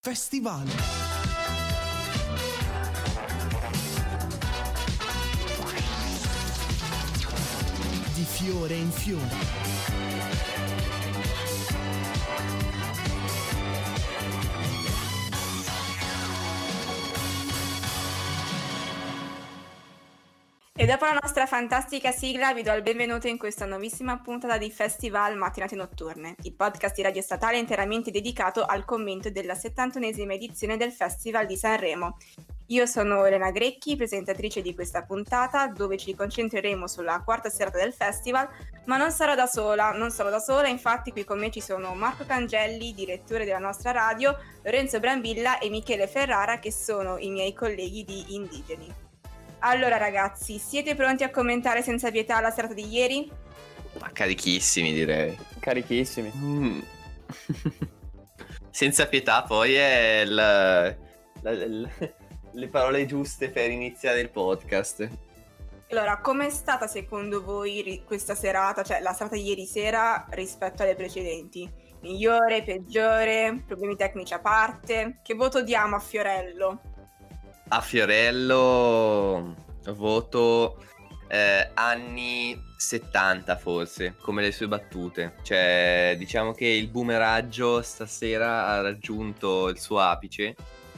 Festival. Di fiore in fiore. E dopo la nostra fantastica sigla vi do il benvenuto in questa nuovissima puntata di Festival Mattinate Notturne, il podcast di Radio Statale interamente dedicato al commento della 71esima edizione del Festival di Sanremo. Io sono Elena Grecchi, presentatrice di questa puntata, dove ci concentreremo sulla quarta serata del festival, ma non sarò da sola, infatti qui con me ci sono Marco Cangelli, direttore della nostra radio, Lorenzo Brambilla e Michele Ferrara, che sono i miei colleghi di Indigeni. Allora ragazzi, siete pronti a commentare senza pietà la serata di ieri? Ma carichissimi, direi. Carichissimi. Senza pietà poi è le parole giuste per iniziare il podcast. Allora, com'è stata secondo voi questa serata, cioè la serata di ieri sera rispetto alle precedenti? Migliore, peggiore, problemi tecnici a parte? Che voto diamo a Fiorello? A Fiorello voto anni 70 forse, come le sue battute. Cioè, diciamo che il boomeraggio stasera ha raggiunto il suo apice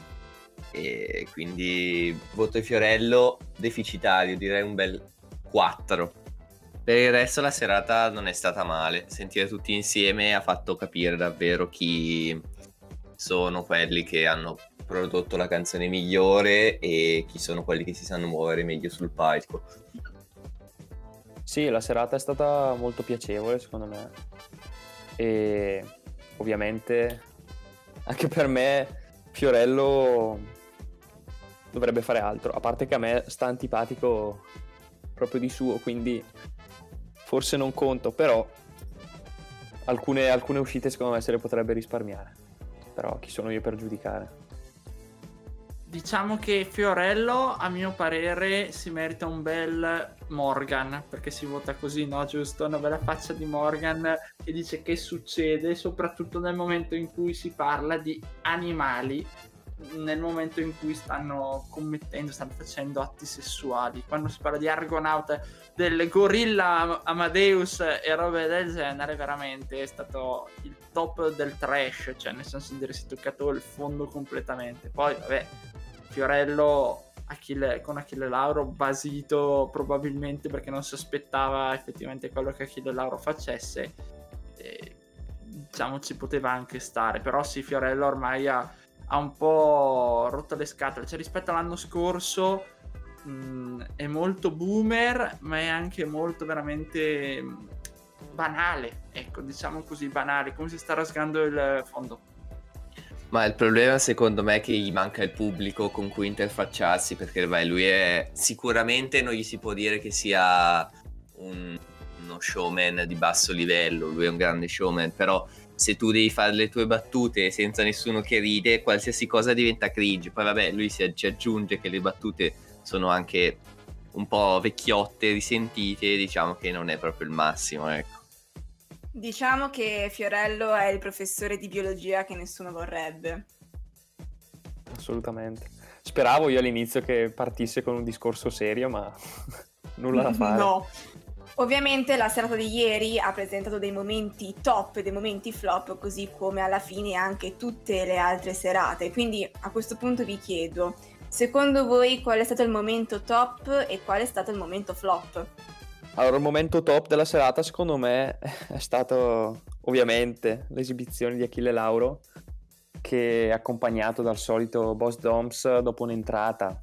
e quindi voto Fiorello deficitario, direi un bel 4. Per il resto la serata non è stata male. Sentire tutti insieme ha fatto capire davvero chi sono quelli che hanno prodotto la canzone migliore e chi sono quelli che si sanno muovere meglio sul palco. Sì, la serata è stata molto piacevole secondo me e ovviamente anche per me Fiorello dovrebbe fare altro, a parte che a me sta antipatico proprio di suo, quindi forse non conto, però alcune uscite secondo me se le potrebbe risparmiare, però chi sono io per giudicare? Diciamo che Fiorello, a mio parere, si merita un bel Morgan, perché si vota così, no? Giusto? Una bella faccia di Morgan che dice che succede, soprattutto nel momento in cui si parla di animali, nel momento in cui stanno commettendo, stanno facendo atti sessuali. Quando si parla di Argonauta, del gorilla Amadeus e robe del genere, veramente è stato il top del trash, cioè nel senso di aversi toccato il fondo completamente. Poi, vabbè, Fiorello con Achille Lauro basito probabilmente perché non si aspettava effettivamente quello che Achille Lauro facesse, diciamo ci poteva anche stare, però sì, Fiorello ormai ha un po' rotto le scatole, cioè rispetto all'anno scorso è molto boomer, ma è anche molto veramente banale, ecco, diciamo così, banale, come si sta rasgando il fondo. Ma il problema secondo me è che gli manca il pubblico con cui interfacciarsi, perché beh, lui è sicuramente, non gli si può dire che sia uno showman di basso livello, lui è un grande showman, però se tu devi fare le tue battute senza nessuno che ride, qualsiasi cosa diventa cringe. Poi vabbè, lui ci aggiunge che le battute sono anche un po' vecchiotte, risentite, diciamo che non è proprio il massimo, ecco. Diciamo che Fiorello è il professore di biologia che nessuno vorrebbe. Assolutamente. Speravo io all'inizio che partisse con un discorso serio, ma nulla da fare. No. Ovviamente la serata di ieri ha presentato dei momenti top e dei momenti flop, così come alla fine anche tutte le altre serate. Quindi a questo punto vi chiedo, secondo voi qual è stato il momento top e qual è stato il momento flop? Allora, il momento top della serata secondo me è stato ovviamente l'esibizione di Achille Lauro, che è accompagnato dal solito Boss Doms dopo un'entrata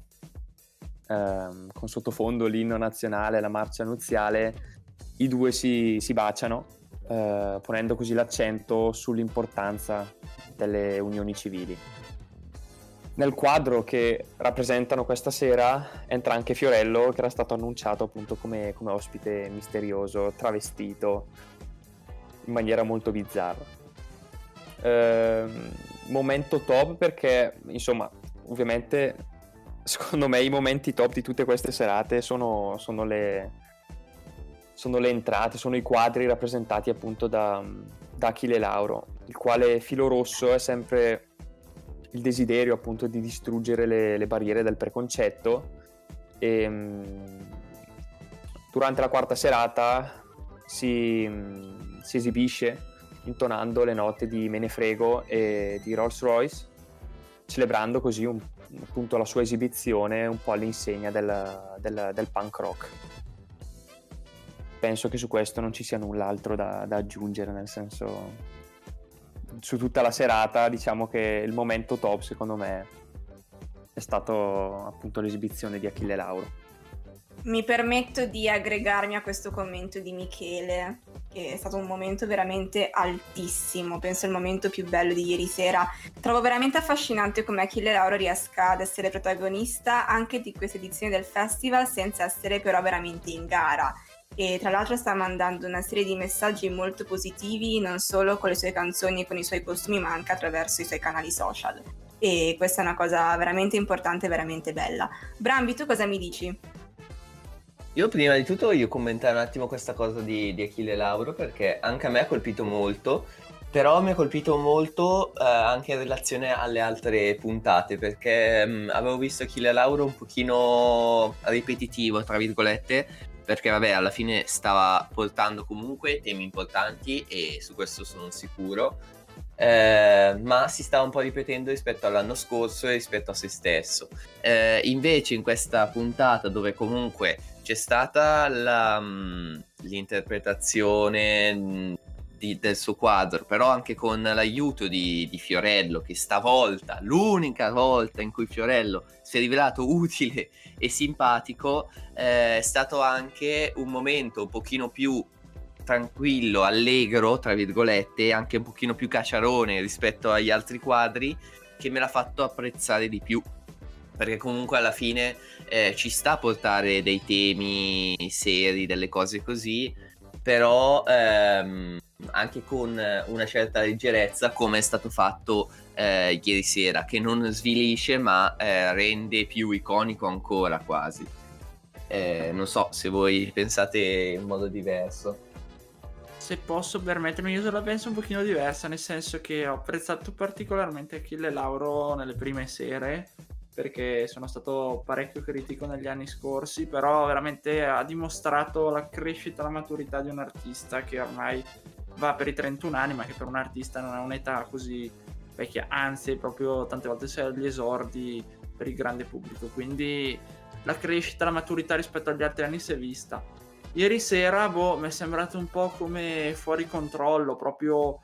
con sottofondo l'inno nazionale, la marcia nuziale. I due si baciano, ponendo così l'accento sull'importanza delle unioni civili. Nel quadro che rappresentano questa sera entra anche Fiorello, che era stato annunciato appunto come ospite misterioso, travestito in maniera molto bizzarra. Momento top perché, insomma, ovviamente secondo me i momenti top di tutte queste serate sono le entrate, sono i quadri rappresentati appunto da Achille Lauro, il quale filo rosso è sempre il desiderio appunto di distruggere le barriere del preconcetto. E durante la quarta serata si esibisce intonando le note di Me ne frego e di Rolls Royce, celebrando così appunto la sua esibizione un po' all'insegna del punk rock. Penso che su questo non ci sia null'altro da aggiungere, nel senso, su tutta la serata diciamo che il momento top secondo me è stato appunto l'esibizione di Achille Lauro. Mi permetto di aggregarmi a questo commento di Michele, che è stato un momento veramente altissimo, penso il momento più bello di ieri sera. Trovo veramente affascinante come Achille Lauro riesca ad essere protagonista anche di questa edizione del festival senza essere però veramente in gara. E tra l'altro sta mandando una serie di messaggi molto positivi, non solo con le sue canzoni e con i suoi costumi, ma anche attraverso i suoi canali social. E questa è una cosa veramente importante, veramente bella. Brambi, tu cosa mi dici? Io prima di tutto voglio commentare un attimo questa cosa di Achille Lauro, perché anche a me ha colpito molto, però mi ha colpito molto anche in relazione alle altre puntate, perché avevo visto Achille Lauro un pochino ripetitivo, tra virgolette, perché vabbè alla fine stava portando comunque temi importanti e su questo sono sicuro, ma si stava un po' ripetendo rispetto all'anno scorso e rispetto a se stesso. Invece in questa puntata, dove comunque c'è stata l'interpretazione del suo quadro, però anche con l'aiuto di Fiorello, che stavolta, l'unica volta in cui Fiorello si è rivelato utile e simpatico, è stato anche un momento un pochino più tranquillo, allegro, tra virgolette, anche un pochino più cacciarone rispetto agli altri quadri, che me l'ha fatto apprezzare di più, perché comunque alla fine ci sta a portare dei temi seri, delle cose così, però anche con una certa leggerezza, come è stato fatto ieri sera, che non svilisce ma rende più iconico ancora quasi. Non so se voi pensate in modo diverso. Se posso permettermi, io la penso un pochino diversa, nel senso che ho apprezzato particolarmente Achille Lauro nelle prime sere, perché sono stato parecchio critico negli anni scorsi, però veramente ha dimostrato la crescita, la maturità di un artista che ormai va per i 31 anni, ma che per un artista non è un'età così vecchia, anzi è proprio tante volte sei agli esordi per il grande pubblico, quindi la crescita, la maturità rispetto agli altri anni si è vista. Ieri sera mi è sembrato un po' come fuori controllo, proprio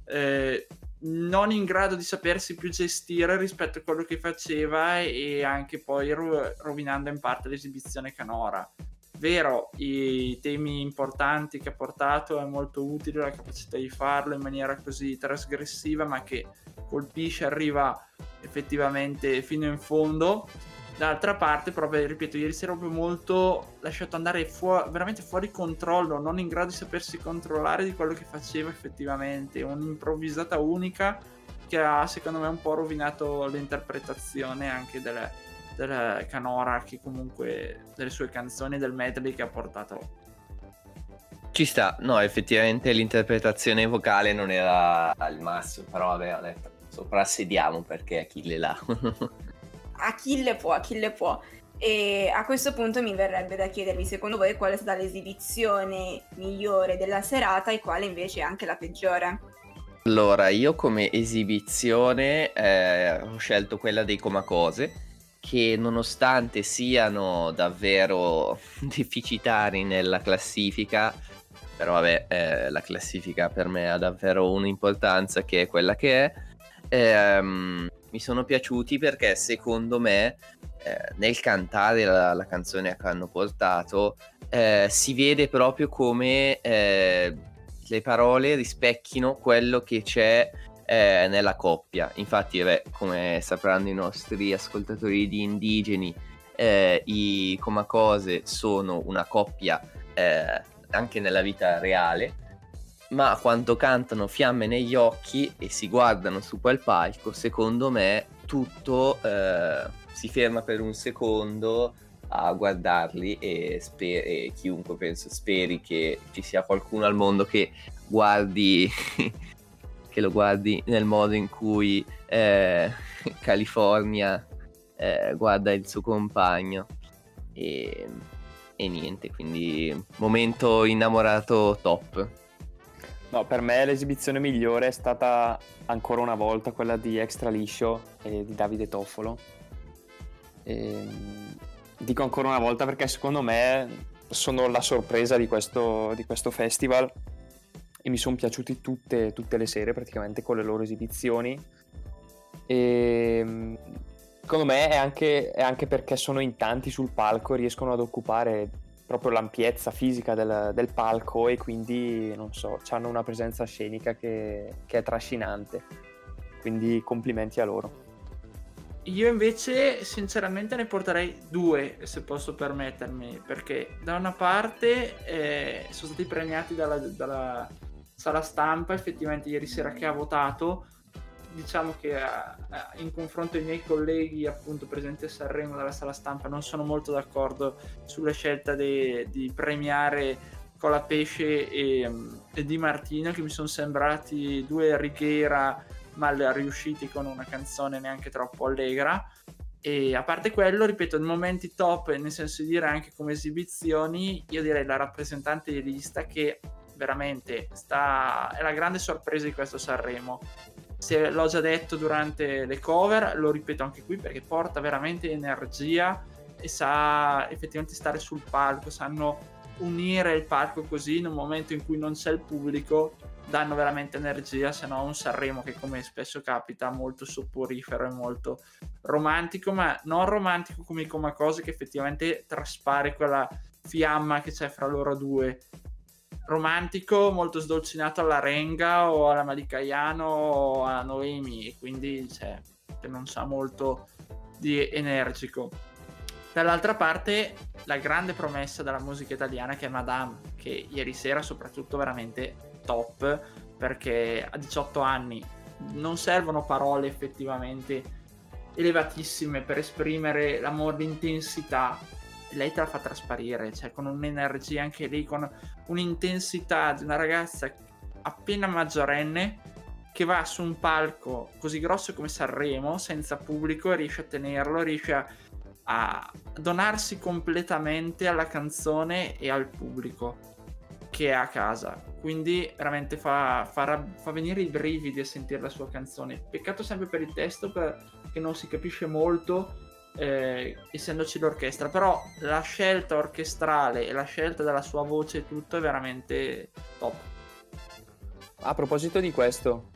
non in grado di sapersi più gestire rispetto a quello che faceva, e anche poi rovinando in parte l'esibizione canora. Vero, i temi importanti che ha portato è molto utile, la capacità di farlo in maniera così trasgressiva, ma che colpisce, arriva effettivamente fino in fondo. D'altra parte, proprio, ripeto, ieri sera proprio molto lasciato andare veramente fuori controllo, non in grado di sapersi controllare di quello che faceva effettivamente, un'improvvisata unica che ha secondo me un po' rovinato l'interpretazione anche della canora, che comunque delle sue canzoni, del medley che ha portato. Ci sta, no, effettivamente l'interpretazione vocale non era al massimo, però vabbè, ho detto, soprassediamo perché Achille là. Achille può. E a questo punto mi verrebbe da chiedervi, secondo voi, qual è stata l'esibizione migliore della serata e quale invece è anche la peggiore? Allora, io come esibizione ho scelto quella dei Comacose, che nonostante siano davvero deficitari nella classifica, però vabbè, la classifica per me ha davvero un'importanza che è quella che è. Mi sono piaciuti perché secondo me nel cantare la canzone che hanno portato si vede proprio come le parole rispecchino quello che c'è nella coppia. Infatti come sapranno i nostri ascoltatori di Indigeni, i Comacose sono una coppia anche nella vita reale, ma quando cantano Fiamme negli occhi e si guardano su quel palco, secondo me tutto si ferma per un secondo a guardarli, e chiunque penso speri che ci sia qualcuno al mondo che guardi che lo guardi nel modo in cui California guarda il suo compagno e niente, quindi momento innamorato top. No, per me l'esibizione migliore è stata ancora una volta quella di Extra Liscio e di Davide Toffolo. Dico ancora una volta perché secondo me sono la sorpresa di questo festival e mi sono piaciuti tutte le sere praticamente con le loro esibizioni. E secondo me è anche perché sono in tanti sul palco e riescono ad occupare proprio l'ampiezza fisica del palco e quindi, non so, hanno una presenza scenica che è trascinante. Quindi complimenti a loro. Io invece sinceramente ne porterei 2, se posso permettermi, perché da una parte sono stati premiati dalla sala stampa, effettivamente ieri sera che ha votato. Diciamo che in confronto ai miei colleghi appunto presenti a Sanremo dalla sala stampa non sono molto d'accordo sulla scelta di premiare Colapesce e Di Martino, che mi sono sembrati 2 righiera mal riusciti con una canzone neanche troppo allegra. E a parte quello, ripeto, nei momenti top, nel senso di dire anche come esibizioni, io direi la rappresentante di lista, che veramente è la grande sorpresa di questo Sanremo. Se l'ho già detto durante le cover, lo ripeto anche qui perché porta veramente energia e sa effettivamente stare sul palco, sanno unire il palco così in un momento in cui non c'è il pubblico, danno veramente energia, se no un Sanremo che, come spesso capita, molto soporifero e molto romantico, ma non romantico come i Comacose, che effettivamente traspare quella fiamma che c'è fra loro due. Romantico, molto sdolcinato alla Renga o alla Malicaiano o a Noemi, e quindi che non sa molto di energico. Dall'altra parte la grande promessa della musica italiana, che è Madame, che ieri sera soprattutto veramente top, perché a 18 anni non servono parole effettivamente elevatissime per esprimere l'amore, l'intensità. Lei te la fa trasparire, cioè con un'energia anche lì, con un'intensità di una ragazza appena maggiorenne che va su un palco così grosso come Sanremo senza pubblico e riesce a tenerlo, riesce a donarsi completamente alla canzone e al pubblico che è a casa. Quindi veramente fa venire i brividi a sentire la sua canzone. Peccato sempre per il testo, perché non si capisce molto, essendoci l'orchestra, però la scelta orchestrale e la scelta della sua voce e tutto è veramente top. A proposito di questo,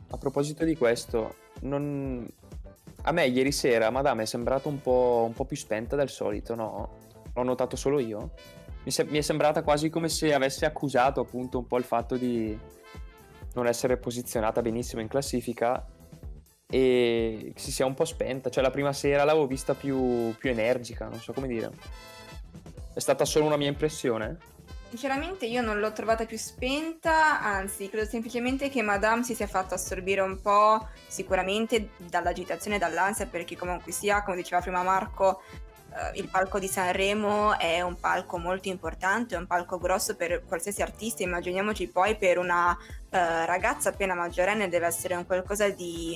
a me ieri sera Madame è sembrata un po' più spenta del solito, no? L'ho notato solo io. Mi è sembrata quasi come se avesse accusato appunto un po' il fatto di non essere posizionata benissimo in classifica e si sia un po' spenta. Cioè la prima sera l'avevo vista più energica, non so come dire. È stata solo una mia impressione? Sinceramente io non l'ho trovata più spenta, anzi credo semplicemente che Madame si sia fatta assorbire un po' sicuramente dall'agitazione e dall'ansia, perché comunque sia, come diceva prima Marco, il palco di Sanremo è un palco molto importante, è un palco grosso per qualsiasi artista. Immaginiamoci poi per una ragazza appena maggiorenne deve essere un qualcosa di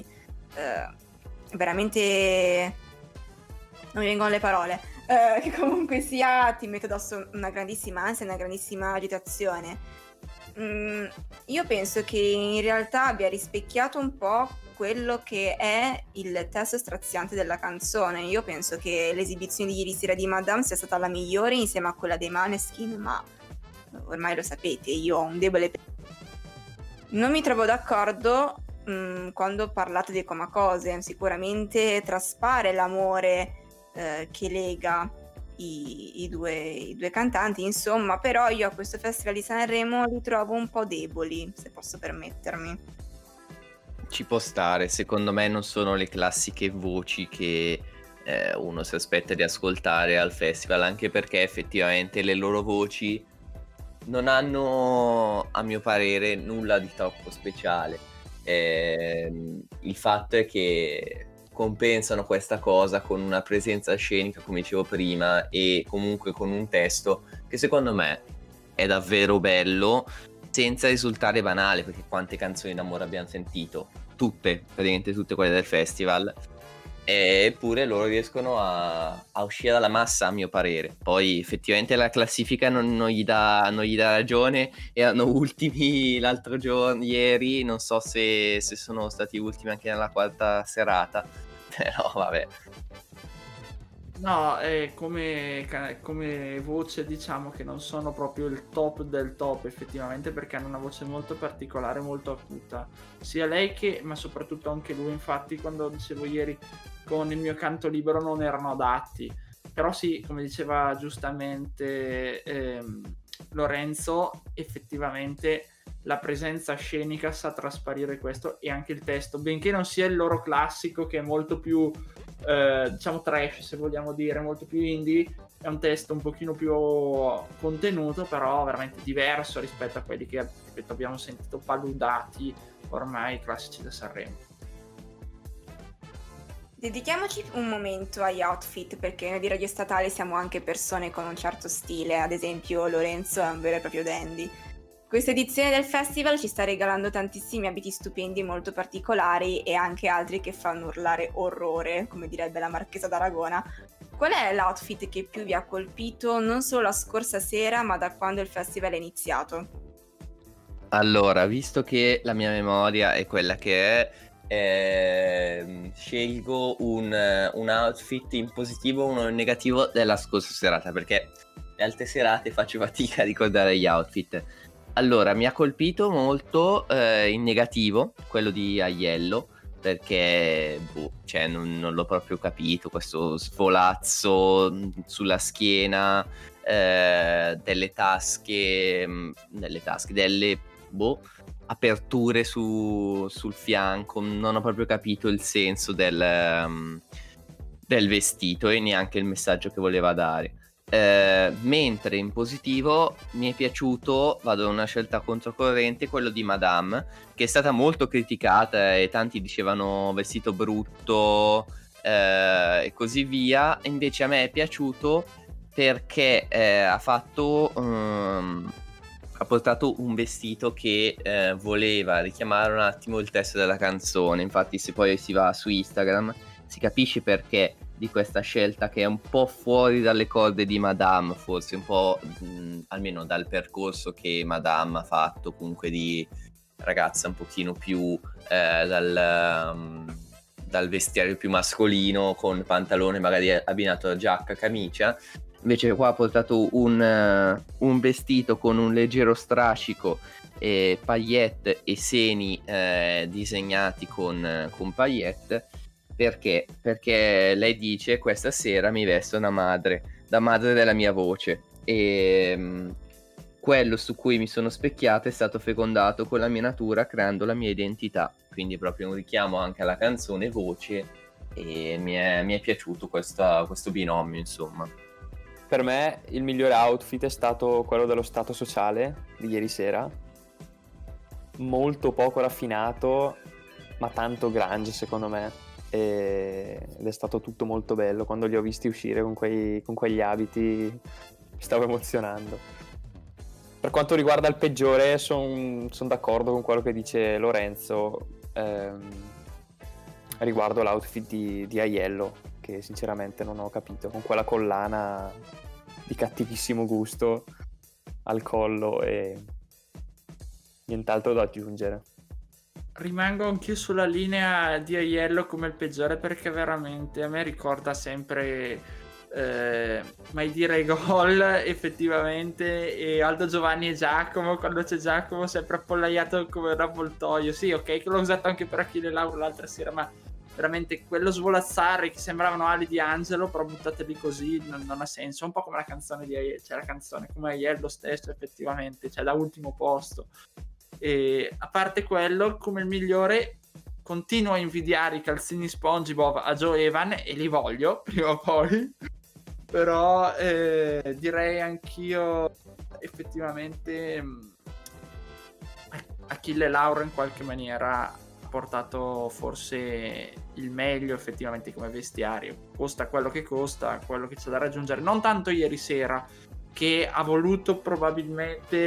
veramente, non mi vengono le parole, che comunque sia ti mette addosso una grandissima ansia, una grandissima agitazione. Io penso che in realtà abbia rispecchiato un po' quello che è il testo straziante della canzone. Io penso che l'esibizione di ieri sera di Madame sia stata la migliore insieme a quella dei Maneskin, ma ormai lo sapete, io ho un debole per... Non mi trovo d'accordo quando parlate dei Comacose. Sicuramente traspare l'amore che lega i due cantanti, insomma, però io a questo Festival di Sanremo li trovo un po' deboli, se posso permettermi. Ci può stare, secondo me non sono le classiche voci che uno si aspetta di ascoltare al festival, anche perché effettivamente le loro voci non hanno, a mio parere, nulla di troppo speciale. Il fatto è che compensano questa cosa con una presenza scenica, come dicevo prima, e comunque con un testo che secondo me è davvero bello. senza risultare banale, perché quante canzoni d'amore abbiamo sentito? Tutte, praticamente tutte quelle del festival. Eppure loro riescono a uscire dalla massa, a mio parere. Poi effettivamente la classifica non gli dà ragione. Erano ultimi l'altro giorno, ieri, non so se sono stati ultimi anche nella quarta serata, però vabbè. No, come voce diciamo che non sono proprio il top del top effettivamente, perché hanno una voce molto particolare, molto acuta. Sia lei che, ma soprattutto anche lui, infatti quando dicevo ieri con Il mio canto libero non erano adatti. Però sì, come diceva giustamente Lorenzo, effettivamente la presenza scenica sa trasparire questo, e anche il testo, benché non sia il loro classico che è molto più diciamo trash, se vogliamo dire, molto più indie, è un testo un pochino più contenuto, però veramente diverso rispetto a quelli che ripeto, abbiamo sentito paludati ormai classici da Sanremo. Dedichiamoci un momento agli outfit, perché noi di Radio Statale siamo anche persone con un certo stile, ad esempio Lorenzo è un vero e proprio dandy. Questa edizione del festival ci sta regalando tantissimi abiti stupendi molto particolari e anche altri che fanno urlare orrore, come direbbe la Marchesa d'Aragona. Qual è l'outfit che più vi ha colpito non solo la scorsa sera, ma da quando il festival è iniziato? Allora, visto che la mia memoria è quella che è, scelgo un outfit in positivo e uno in negativo della scorsa serata, perché le altre serate faccio fatica a ricordare gli outfit. Allora, mi ha colpito molto in negativo quello di Aiello, perché cioè, non l'ho proprio capito, questo svolazzo sulla schiena, delle aperture sul fianco. Non ho proprio capito il senso del vestito e neanche il messaggio che voleva dare. Mentre in positivo mi è piaciuto, vado a una scelta controcorrente, quello di Madame, che è stata molto criticata e tanti dicevano vestito brutto e così via. Invece a me è piaciuto perché ha portato un vestito che voleva richiamare un attimo il testo della canzone. Infatti se poi si va su Instagram si capisce perché di questa scelta, che è un po' fuori dalle corde di Madame, forse un po' almeno dal percorso che Madame ha fatto, comunque di ragazza un pochino più dal vestiario più mascolino, con pantalone magari abbinato a giacca, camicia. Invece qua ha portato un vestito con un leggero strascico, paillette e seni disegnati con paillette. Perché? Perché lei dice: questa sera mi vesto da madre della mia voce, e quello su cui mi sono specchiato è stato fecondato con la mia natura, creando la mia identità. Quindi proprio un richiamo anche alla canzone voce, e mi è piaciuto questo binomio, insomma. Per me il migliore outfit è stato quello dello Stato Sociale di ieri sera, molto poco raffinato ma tanto grunge secondo me, ed è stato tutto molto bello. Quando li ho visti uscire con quegli abiti mi stavo emozionando. Per quanto riguarda il peggiore, sono d'accordo con quello che dice Lorenzo riguardo l'outfit di Aiello, che sinceramente non ho capito, con quella collana di cattivissimo gusto al collo e nient'altro da aggiungere. Rimango anch'io sulla linea di Aiello come il peggiore, perché veramente a me ricorda sempre mai dire i gol effettivamente, e Aldo, Giovanni e Giacomo, quando c'è Giacomo sempre appollaiato come un avvoltoio. Sì, ok, che l'ho usato anche per Achille Lauro l'altra sera, ma veramente quello svolazzare che sembravano ali di angelo, però buttate lì così non ha senso. Un po' come la canzone di Aiello, cioè la canzone come Aiello stesso effettivamente, cioè da ultimo posto. E a parte quello, come il migliore continuo a invidiare i calzini SpongeBob a Joe Evan, e li voglio prima o poi, però direi anch'io effettivamente Achille Lauro in qualche maniera ha portato forse il meglio effettivamente come vestiario. Costa quello che c'è da raggiungere, non tanto ieri sera, che ha voluto probabilmente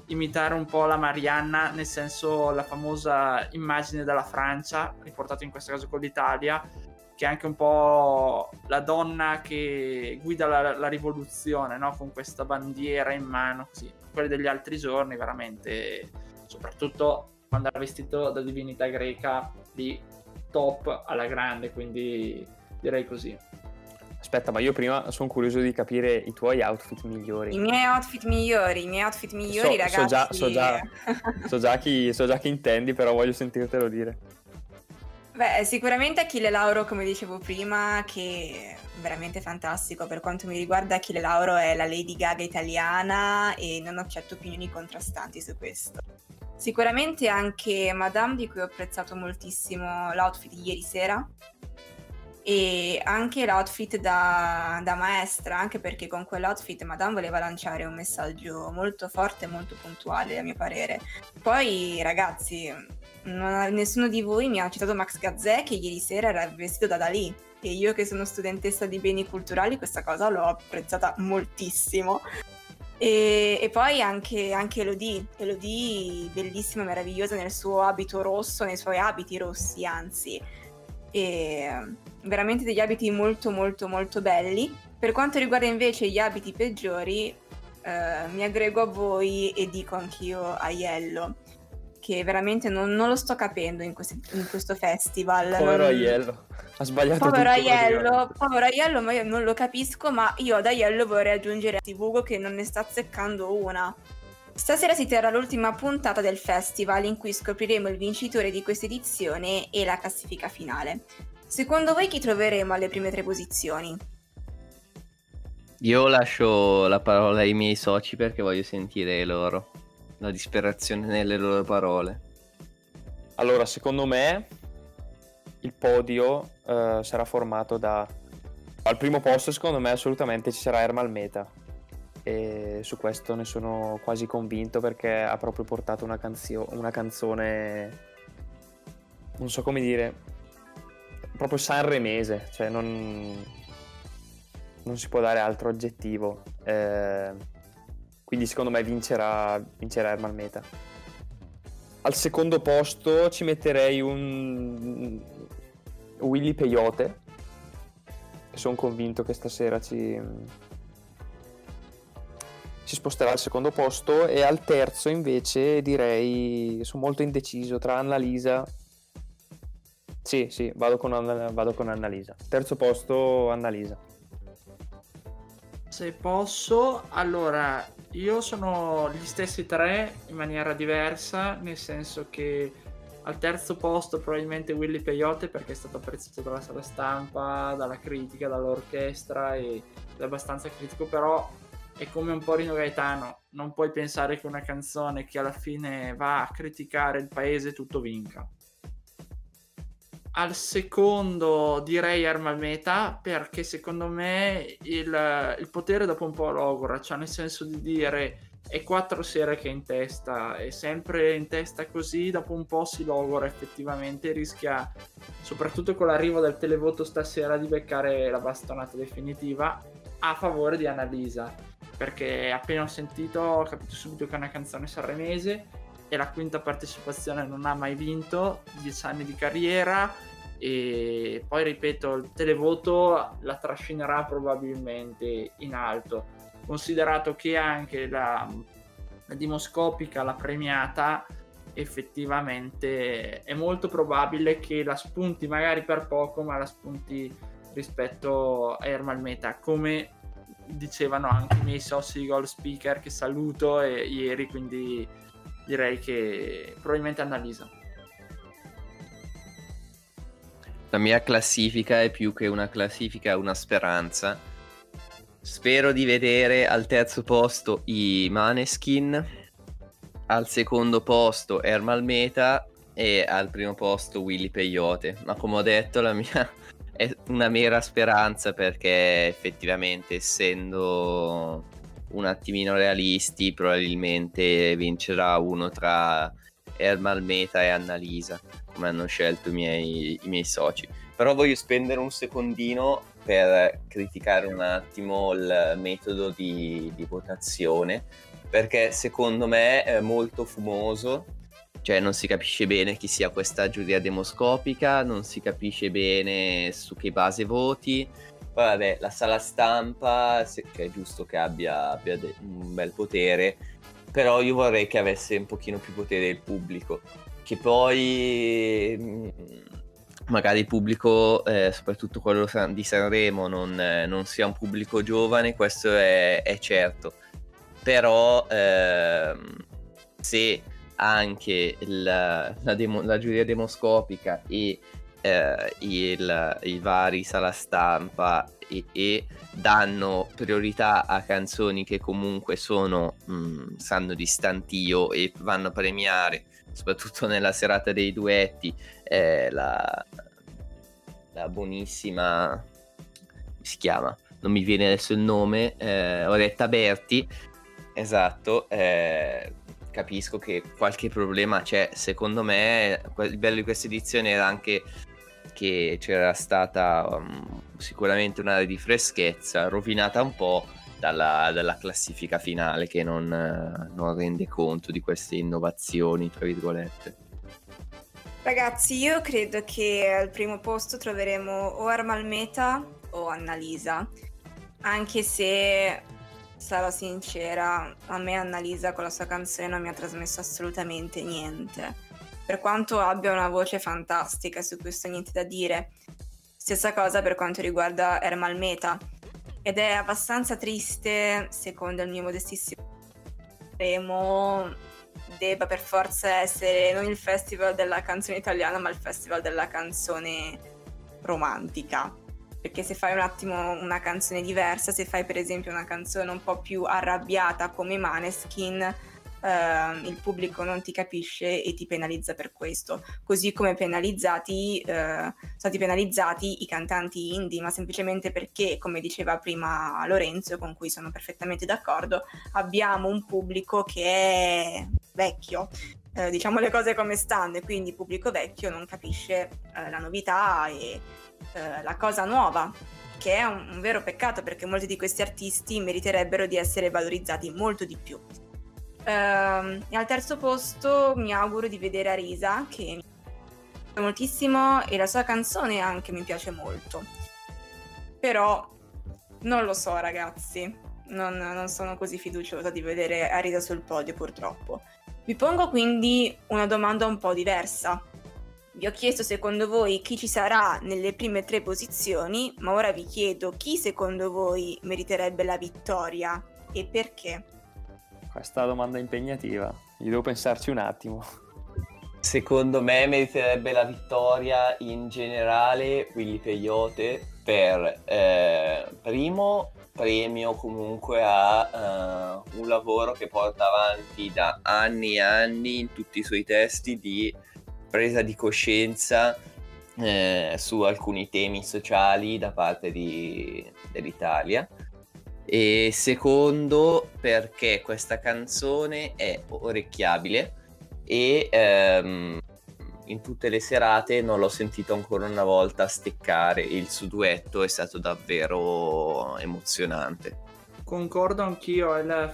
imitare un po' la Marianna, nel senso la famosa immagine della Francia, riportata in questo caso con l'Italia, che è anche un po' la donna che guida la rivoluzione, no? Con questa bandiera in mano, così. Quelli degli altri giorni, veramente, soprattutto quando era vestito da divinità greca, di top alla grande, quindi direi così. Aspetta, ma io prima sono curioso di capire i tuoi outfit migliori. I miei outfit migliori, ragazzi. So già chi intendi, però voglio sentirtelo dire. Beh, sicuramente Achille Lauro, come dicevo prima, che è veramente fantastico. Per quanto mi riguarda, Achille Lauro è la Lady Gaga italiana e non accetto opinioni contrastanti su questo. Sicuramente anche Madame, di cui ho apprezzato moltissimo l'outfit di ieri sera, e anche l'outfit da maestra, anche perché con quell'outfit Madame voleva lanciare un messaggio molto forte e molto puntuale, a mio parere. Poi, ragazzi, nessuno di voi mi ha citato Max Gazzè, che ieri sera era vestito da Dalì, e io che sono studentessa di beni culturali questa cosa l'ho apprezzata moltissimo. E poi anche Elodie bellissima, meravigliosa nel suo abito rosso, nei suoi abiti rossi anzi, e veramente degli abiti molto molto molto belli. Per quanto riguarda invece gli abiti peggiori, mi aggrego a voi e dico anch'io Aiello, che veramente non lo sto capendo in questo festival. Povero Aiello, ha sbagliato povero tutto. Povero Aiello, ma io non lo capisco, ma io ad Aiello vorrei aggiungere a Tivugo che non ne sta azzeccando una. Stasera si terrà l'ultima puntata del festival in cui scopriremo il vincitore di questa edizione e la classifica finale. Secondo voi chi troveremo alle prime 3 posizioni? Io lascio la parola ai miei soci perché voglio sentire loro, la disperazione nelle loro parole. Allora, secondo me il podio sarà formato da... Al primo posto, secondo me, assolutamente ci sarà Ermal Meta. E su questo ne sono quasi convinto perché ha proprio portato una canzone, non so come dire, proprio sanremese, cioè non si può dare altro aggettivo, quindi secondo me vincerà Ermal Meta. Al secondo posto ci metterei un Willy Peyote, e sono convinto che stasera ci sposterà al secondo posto. E al terzo invece direi, sono molto indeciso tra Annalisa. Sì, vado con Annalisa. Terzo posto Annalisa. Se posso, allora io sono gli stessi 3 in maniera diversa, nel senso che al terzo posto probabilmente Willy Peyote, perché è stato apprezzato dalla sala stampa, dalla critica, dall'orchestra, ed è abbastanza critico, però è come un po' Rino Gaetano, non puoi pensare che una canzone che alla fine va a criticare il paese tutto vinca. Al secondo direi Ermal Meta, perché secondo me il potere dopo un po' logora, cioè nel senso di dire è 4 sere che è in testa, è sempre in testa così, dopo un po' si logora effettivamente, rischia soprattutto con l'arrivo del televoto stasera di beccare la bastonata definitiva a favore di Annalisa, perché appena ho sentito ho capito subito che è una canzone sanremese, è la 5ª partecipazione, non ha mai vinto, 10 anni di carriera, e poi ripeto, il televoto la trascinerà probabilmente in alto, considerato che anche la dimoscopica, la premiata, effettivamente è molto probabile che la spunti magari per poco, ma la spunti rispetto a Ermal Meta, come dicevano anche i miei soci Gold Speaker, che saluto ieri, quindi direi che probabilmente Annalisa. La mia classifica è più che una classifica, una speranza. Spero di vedere al terzo posto i Maneskin, al secondo posto Ermal Meta e al primo posto Willy Peyote. Ma come ho detto, la mia è una mera speranza, perché effettivamente, essendo un attimino realisti, probabilmente vincerà uno tra Ermal Meta e Annalisa, come hanno scelto i miei soci. Però voglio spendere un secondino per criticare un attimo il metodo di votazione, perché secondo me è molto fumoso, cioè non si capisce bene chi sia questa giuria demoscopica, non si capisce bene su che base voti. Poi vabbè, la sala stampa, cioè è giusto che abbia un bel potere, però io vorrei che avesse un pochino più potere il pubblico, che poi magari il pubblico, soprattutto quello di Sanremo, non sia un pubblico giovane, questo è certo, però se anche la giuria demoscopica e i vari sala stampa e danno priorità a canzoni che comunque sanno di stantio e vanno a premiare, soprattutto nella serata dei duetti, la buonissima, come si chiama? Non mi viene adesso il nome, Oretta Berti, esatto. Capisco che qualche problema c'è. Secondo me il bello di questa edizione era anche che c'era stata sicuramente un'area di freschezza, rovinata un po' dalla classifica finale, che non rende conto di queste innovazioni, tra virgolette. Ragazzi, io credo che al primo posto troveremo o Armalmeta o Annalisa, anche se, sarò sincera, a me Annalisa con la sua canzone non mi ha trasmesso assolutamente niente. Per quanto abbia una voce fantastica, su questo niente da dire. Stessa cosa per quanto riguarda Ermalmeta. Ed è abbastanza triste, secondo il mio modestissimo Sanremo, debba per forza essere non il festival della canzone italiana, ma il festival della canzone romantica. Perché se fai un attimo una canzone diversa, se fai per esempio una canzone un po' più arrabbiata come Maneskin, il pubblico non ti capisce e ti penalizza per questo, così come stati penalizzati i cantanti indie, ma semplicemente perché, come diceva prima Lorenzo, con cui sono perfettamente d'accordo, abbiamo un pubblico che è vecchio, diciamo le cose come stanno, e quindi il pubblico vecchio non capisce la novità e la cosa nuova, che è un vero peccato, perché molti di questi artisti meriterebbero di essere valorizzati molto di più. E al terzo posto mi auguro di vedere Arisa, che mi piace moltissimo e la sua canzone anche mi piace molto, però non lo so ragazzi, non sono così fiduciosa di vedere Arisa sul podio, purtroppo. Vi pongo quindi una domanda un po' diversa. Vi ho chiesto secondo voi chi ci sarà nelle prime 3 posizioni, ma ora vi chiedo chi secondo voi meriterebbe la vittoria e perché? Questa è una domanda impegnativa, io devo pensarci un attimo. Secondo me meriterebbe la vittoria in generale Willy Peyote per primo premio comunque a un lavoro che porta avanti da anni e anni in tutti i suoi testi di presa di coscienza su alcuni temi sociali da parte dell'Italia. E secondo, perché questa canzone è orecchiabile e in tutte le serate non l'ho sentito ancora una volta steccare. Il suo duetto è stato davvero emozionante. Concordo anch'io,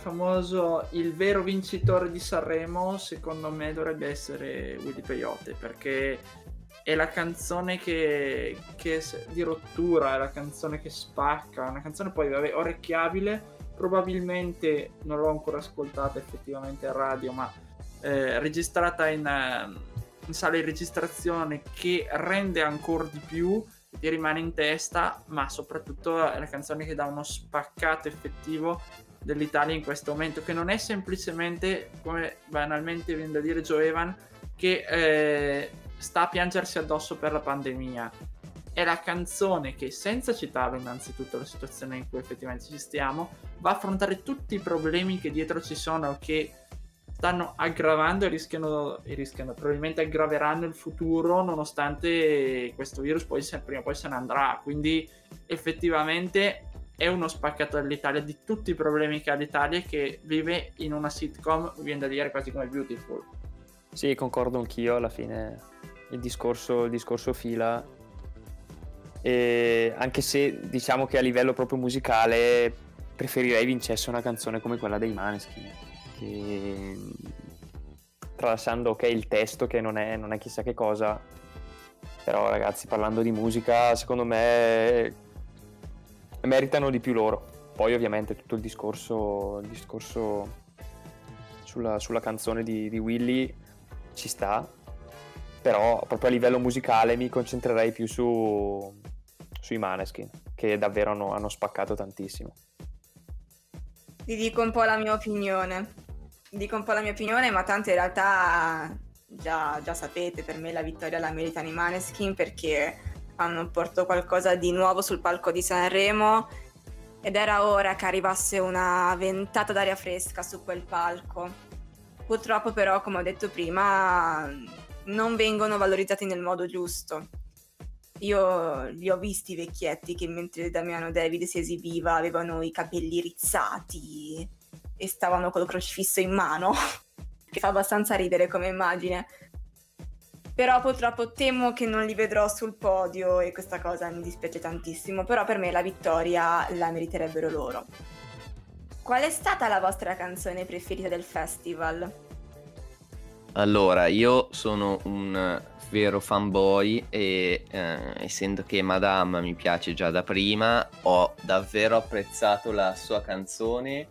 il vero vincitore di Sanremo secondo me dovrebbe essere Willy Peyote, perché è la canzone che di rottura, è la canzone che spacca, una canzone poi orecchiabile, probabilmente non l'ho ancora ascoltata effettivamente a radio, ma registrata in sala di registrazione, che rende ancora di più, ti rimane in testa, ma soprattutto è la canzone che dà uno spaccato effettivo dell'Italia in questo momento, che non è semplicemente, come banalmente viene da dire Joevan, che sta a piangersi addosso per la pandemia. È la canzone che, senza citare innanzitutto la situazione in cui effettivamente ci stiamo, va a affrontare tutti i problemi che dietro ci sono, che stanno aggravando e rischiano probabilmente aggraveranno il futuro, nonostante questo virus poi prima o poi se ne andrà. Quindi effettivamente è uno spaccato dell'Italia, di tutti i problemi che ha l'Italia, che vive in una sitcom, viene da dire quasi come Beautiful. Sì, concordo anch'io, alla fine il discorso fila, e anche se diciamo che a livello proprio musicale preferirei vincesse una canzone come quella dei Maneskin. che tralasciando ok il testo che non è chissà che cosa, però ragazzi, parlando di musica, secondo me meritano di più loro. Poi ovviamente tutto il discorso sulla canzone di Willy ci sta, però proprio a livello musicale mi concentrerei più sui Maneskin, che davvero hanno spaccato tantissimo. Vi dico un po' la mia opinione, ma tanto in realtà già sapete, per me la vittoria la meritano i Maneskin, perché hanno portato qualcosa di nuovo sul palco di Sanremo ed era ora che arrivasse una ventata d'aria fresca su quel palco. Purtroppo però, come ho detto prima, non vengono valorizzati nel modo giusto. Io li ho visti i vecchietti che mentre Damiano David si esibiva avevano i capelli rizzati e stavano col crocifisso in mano, che fa abbastanza ridere come immagine. Però purtroppo temo che non li vedrò sul podio e questa cosa mi dispiace tantissimo, però per me la vittoria la meriterebbero loro. Qual è stata la vostra canzone preferita del festival? Allora, io sono un vero fanboy e essendo che Madame mi piace già da prima, ho davvero apprezzato la sua canzone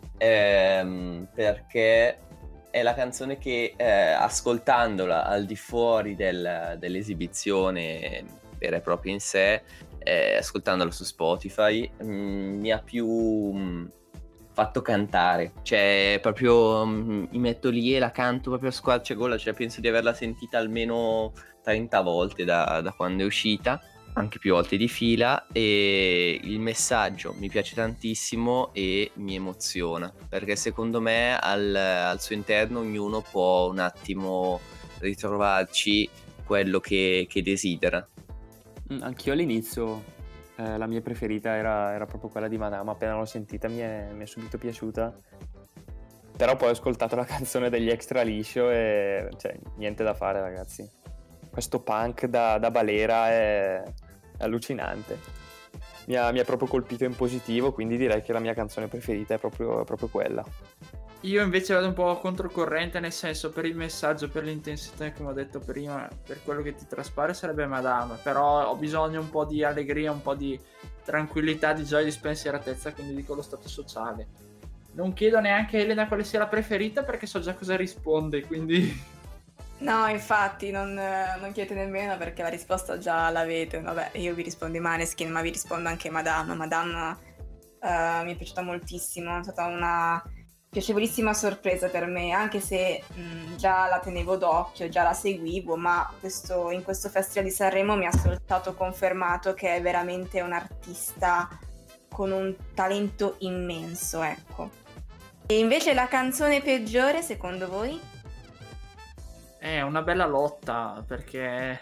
perché è la canzone che ascoltandola al di fuori dell'esibizione vera e propria in sé, ascoltandola su Spotify, mi ha più fatto cantare, cioè proprio mi metto lì e la canto proprio a squarciagola, cioè penso di averla sentita almeno 30 volte da quando è uscita, anche più volte di fila, e il messaggio mi piace tantissimo e mi emoziona, perché secondo me al suo interno ognuno può un attimo ritrovarci quello che desidera. Anch'io all'inizio la mia preferita era proprio quella di Madame, appena l'ho sentita mi è subito piaciuta, però poi ho ascoltato la canzone degli Extra Liscio e cioè, niente da fare ragazzi, questo punk da balera è allucinante, mi ha proprio colpito in positivo, quindi direi che la mia canzone preferita è proprio quella. Io invece vado un po' controcorrente, nel senso, per il messaggio, per l'intensità, come ho detto prima, per quello che ti traspare sarebbe Madame, però ho bisogno un po' di allegria, un po' di tranquillità, di gioia, di spensieratezza, quindi dico lo stato sociale. Non chiedo neanche a Elena quale sia la preferita perché so già cosa risponde, quindi... No, infatti, non chiedete nemmeno perché la risposta già l'avete. Vabbè, io vi rispondo i Maneskin, ma vi rispondo anche Madame. Madame mi è piaciuta moltissimo, è stata una piacevolissima sorpresa per me, anche se già la tenevo d'occhio, già la seguivo, ma in questo Festival di Sanremo mi ha soltanto confermato che è veramente un artista con un talento immenso, ecco. E invece la canzone peggiore, secondo voi? È una bella lotta, perché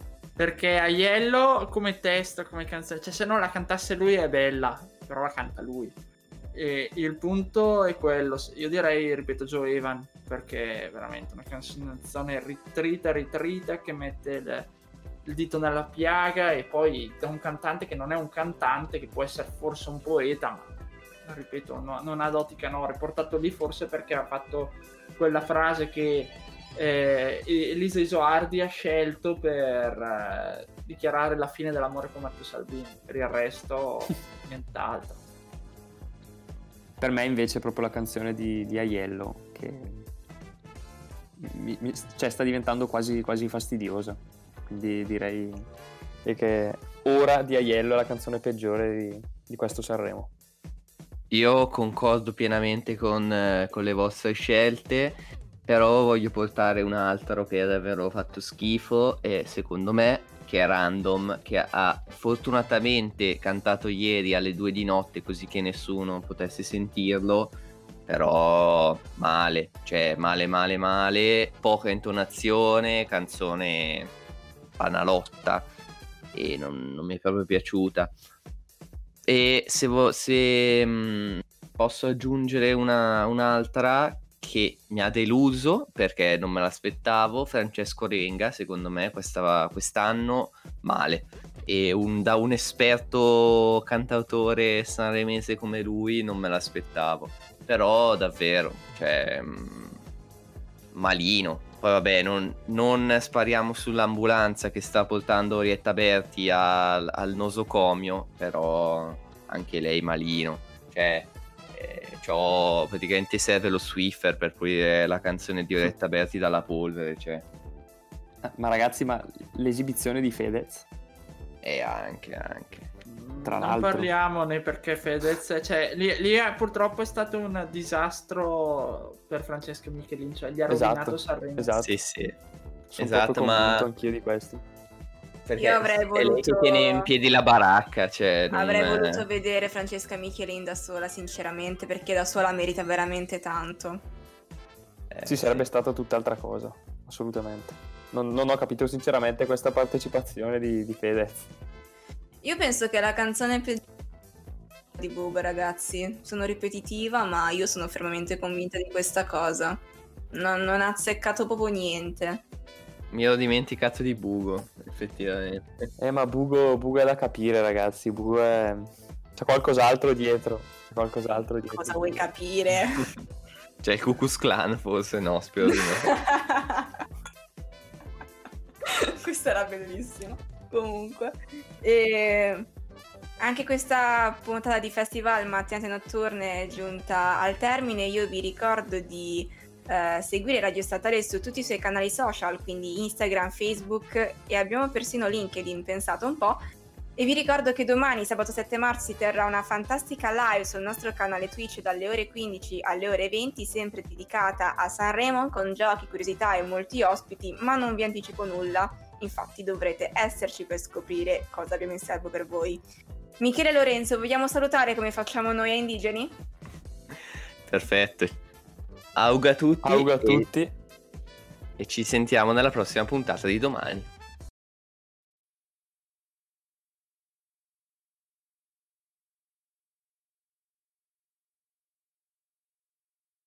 Aiello come testo, come canzone, cioè se non la cantasse lui è bella, però la canta lui. E il punto è quello, io direi, ripeto, Joe Evan, perché è veramente una canzone ritrita che mette il dito nella piaga, e poi da un cantante che non è un cantante, che può essere forse un poeta, ma ripeto, non ha doti canore, portato lì forse perché ha fatto quella frase che Elisa Isoardi ha scelto per dichiarare la fine dell'amore con Matteo Salvini, per il resto nient'altro. Per me invece è proprio la canzone di Aiello che cioè, sta diventando quasi fastidiosa, quindi direi che ora di Aiello è la canzone peggiore di questo Sanremo. Io concordo pienamente con le vostre scelte, però voglio portare un altro che ha davvero fatto schifo, e secondo me, che è Random, che ha fortunatamente cantato ieri alle 2 di notte così che nessuno potesse sentirlo, però male, cioè male, poca intonazione, canzone banalotta, e non mi è proprio piaciuta. E se posso aggiungere un'altra che mi ha deluso perché non me l'aspettavo, Francesco Renga, secondo me quest'anno male, e da un esperto cantautore sanremese come lui non me l'aspettavo. Però davvero, cioè, malino. Poi vabbè, non spariamo sull'ambulanza che sta portando Orietta Berti al nosocomio, però anche lei malino. Cioè, praticamente serve lo Swiffer per pulire la canzone di Orietta Berti dalla polvere, cioè. Ma ragazzi, ma l'esibizione di Fedez? Anche. Tra Non l'altro. parliamone, perché Fedez, cioè, lì purtroppo è stato un disastro per Francesco Michelin, cioè gli ha rovinato Sanremo. Esatto. Sì. Sono Esatto, proprio convinto anch'io di questo. Perché Io avrei è lei che voluto- tiene in piedi la baracca, cioè Avrei voluto vedere Francesca Michelin da sola, sinceramente, perché da sola merita veramente tanto. Sì, sarebbe stata tutt'altra cosa, assolutamente. Non ho capito sinceramente questa partecipazione di Fedez. Io penso che la canzone più di Bugo, ragazzi, sono ripetitiva, ma io sono fermamente convinta di questa cosa. Non ha azzeccato proprio niente. Mi ero dimenticato di Bugo, effettivamente. Ma Bugo è da capire, ragazzi. Bugo è... C'è qualcos'altro dietro. Cosa vuoi capire? Cioè il Ku Klux Klan forse, no, spero di no. Questo era bellissimo. Comunque, e anche questa puntata di Festival Mattinate Notturne è giunta al termine. Io vi ricordo di seguire Radio Statale su tutti i suoi canali social, quindi Instagram, Facebook, e abbiamo persino LinkedIn, pensato un po'. E vi ricordo che domani, sabato 7 marzo, si terrà una fantastica live sul nostro canale Twitch dalle ore 15 alle ore 20, sempre dedicata a Sanremo, con giochi, curiosità e molti ospiti, ma non vi anticipo nulla, infatti dovrete esserci per scoprire cosa abbiamo in serbo per voi. Michele e Lorenzo, vogliamo salutare come facciamo noi a Indigeni? Perfetto. Auga a tutti. Auga a tutti. E ci sentiamo nella prossima puntata di domani.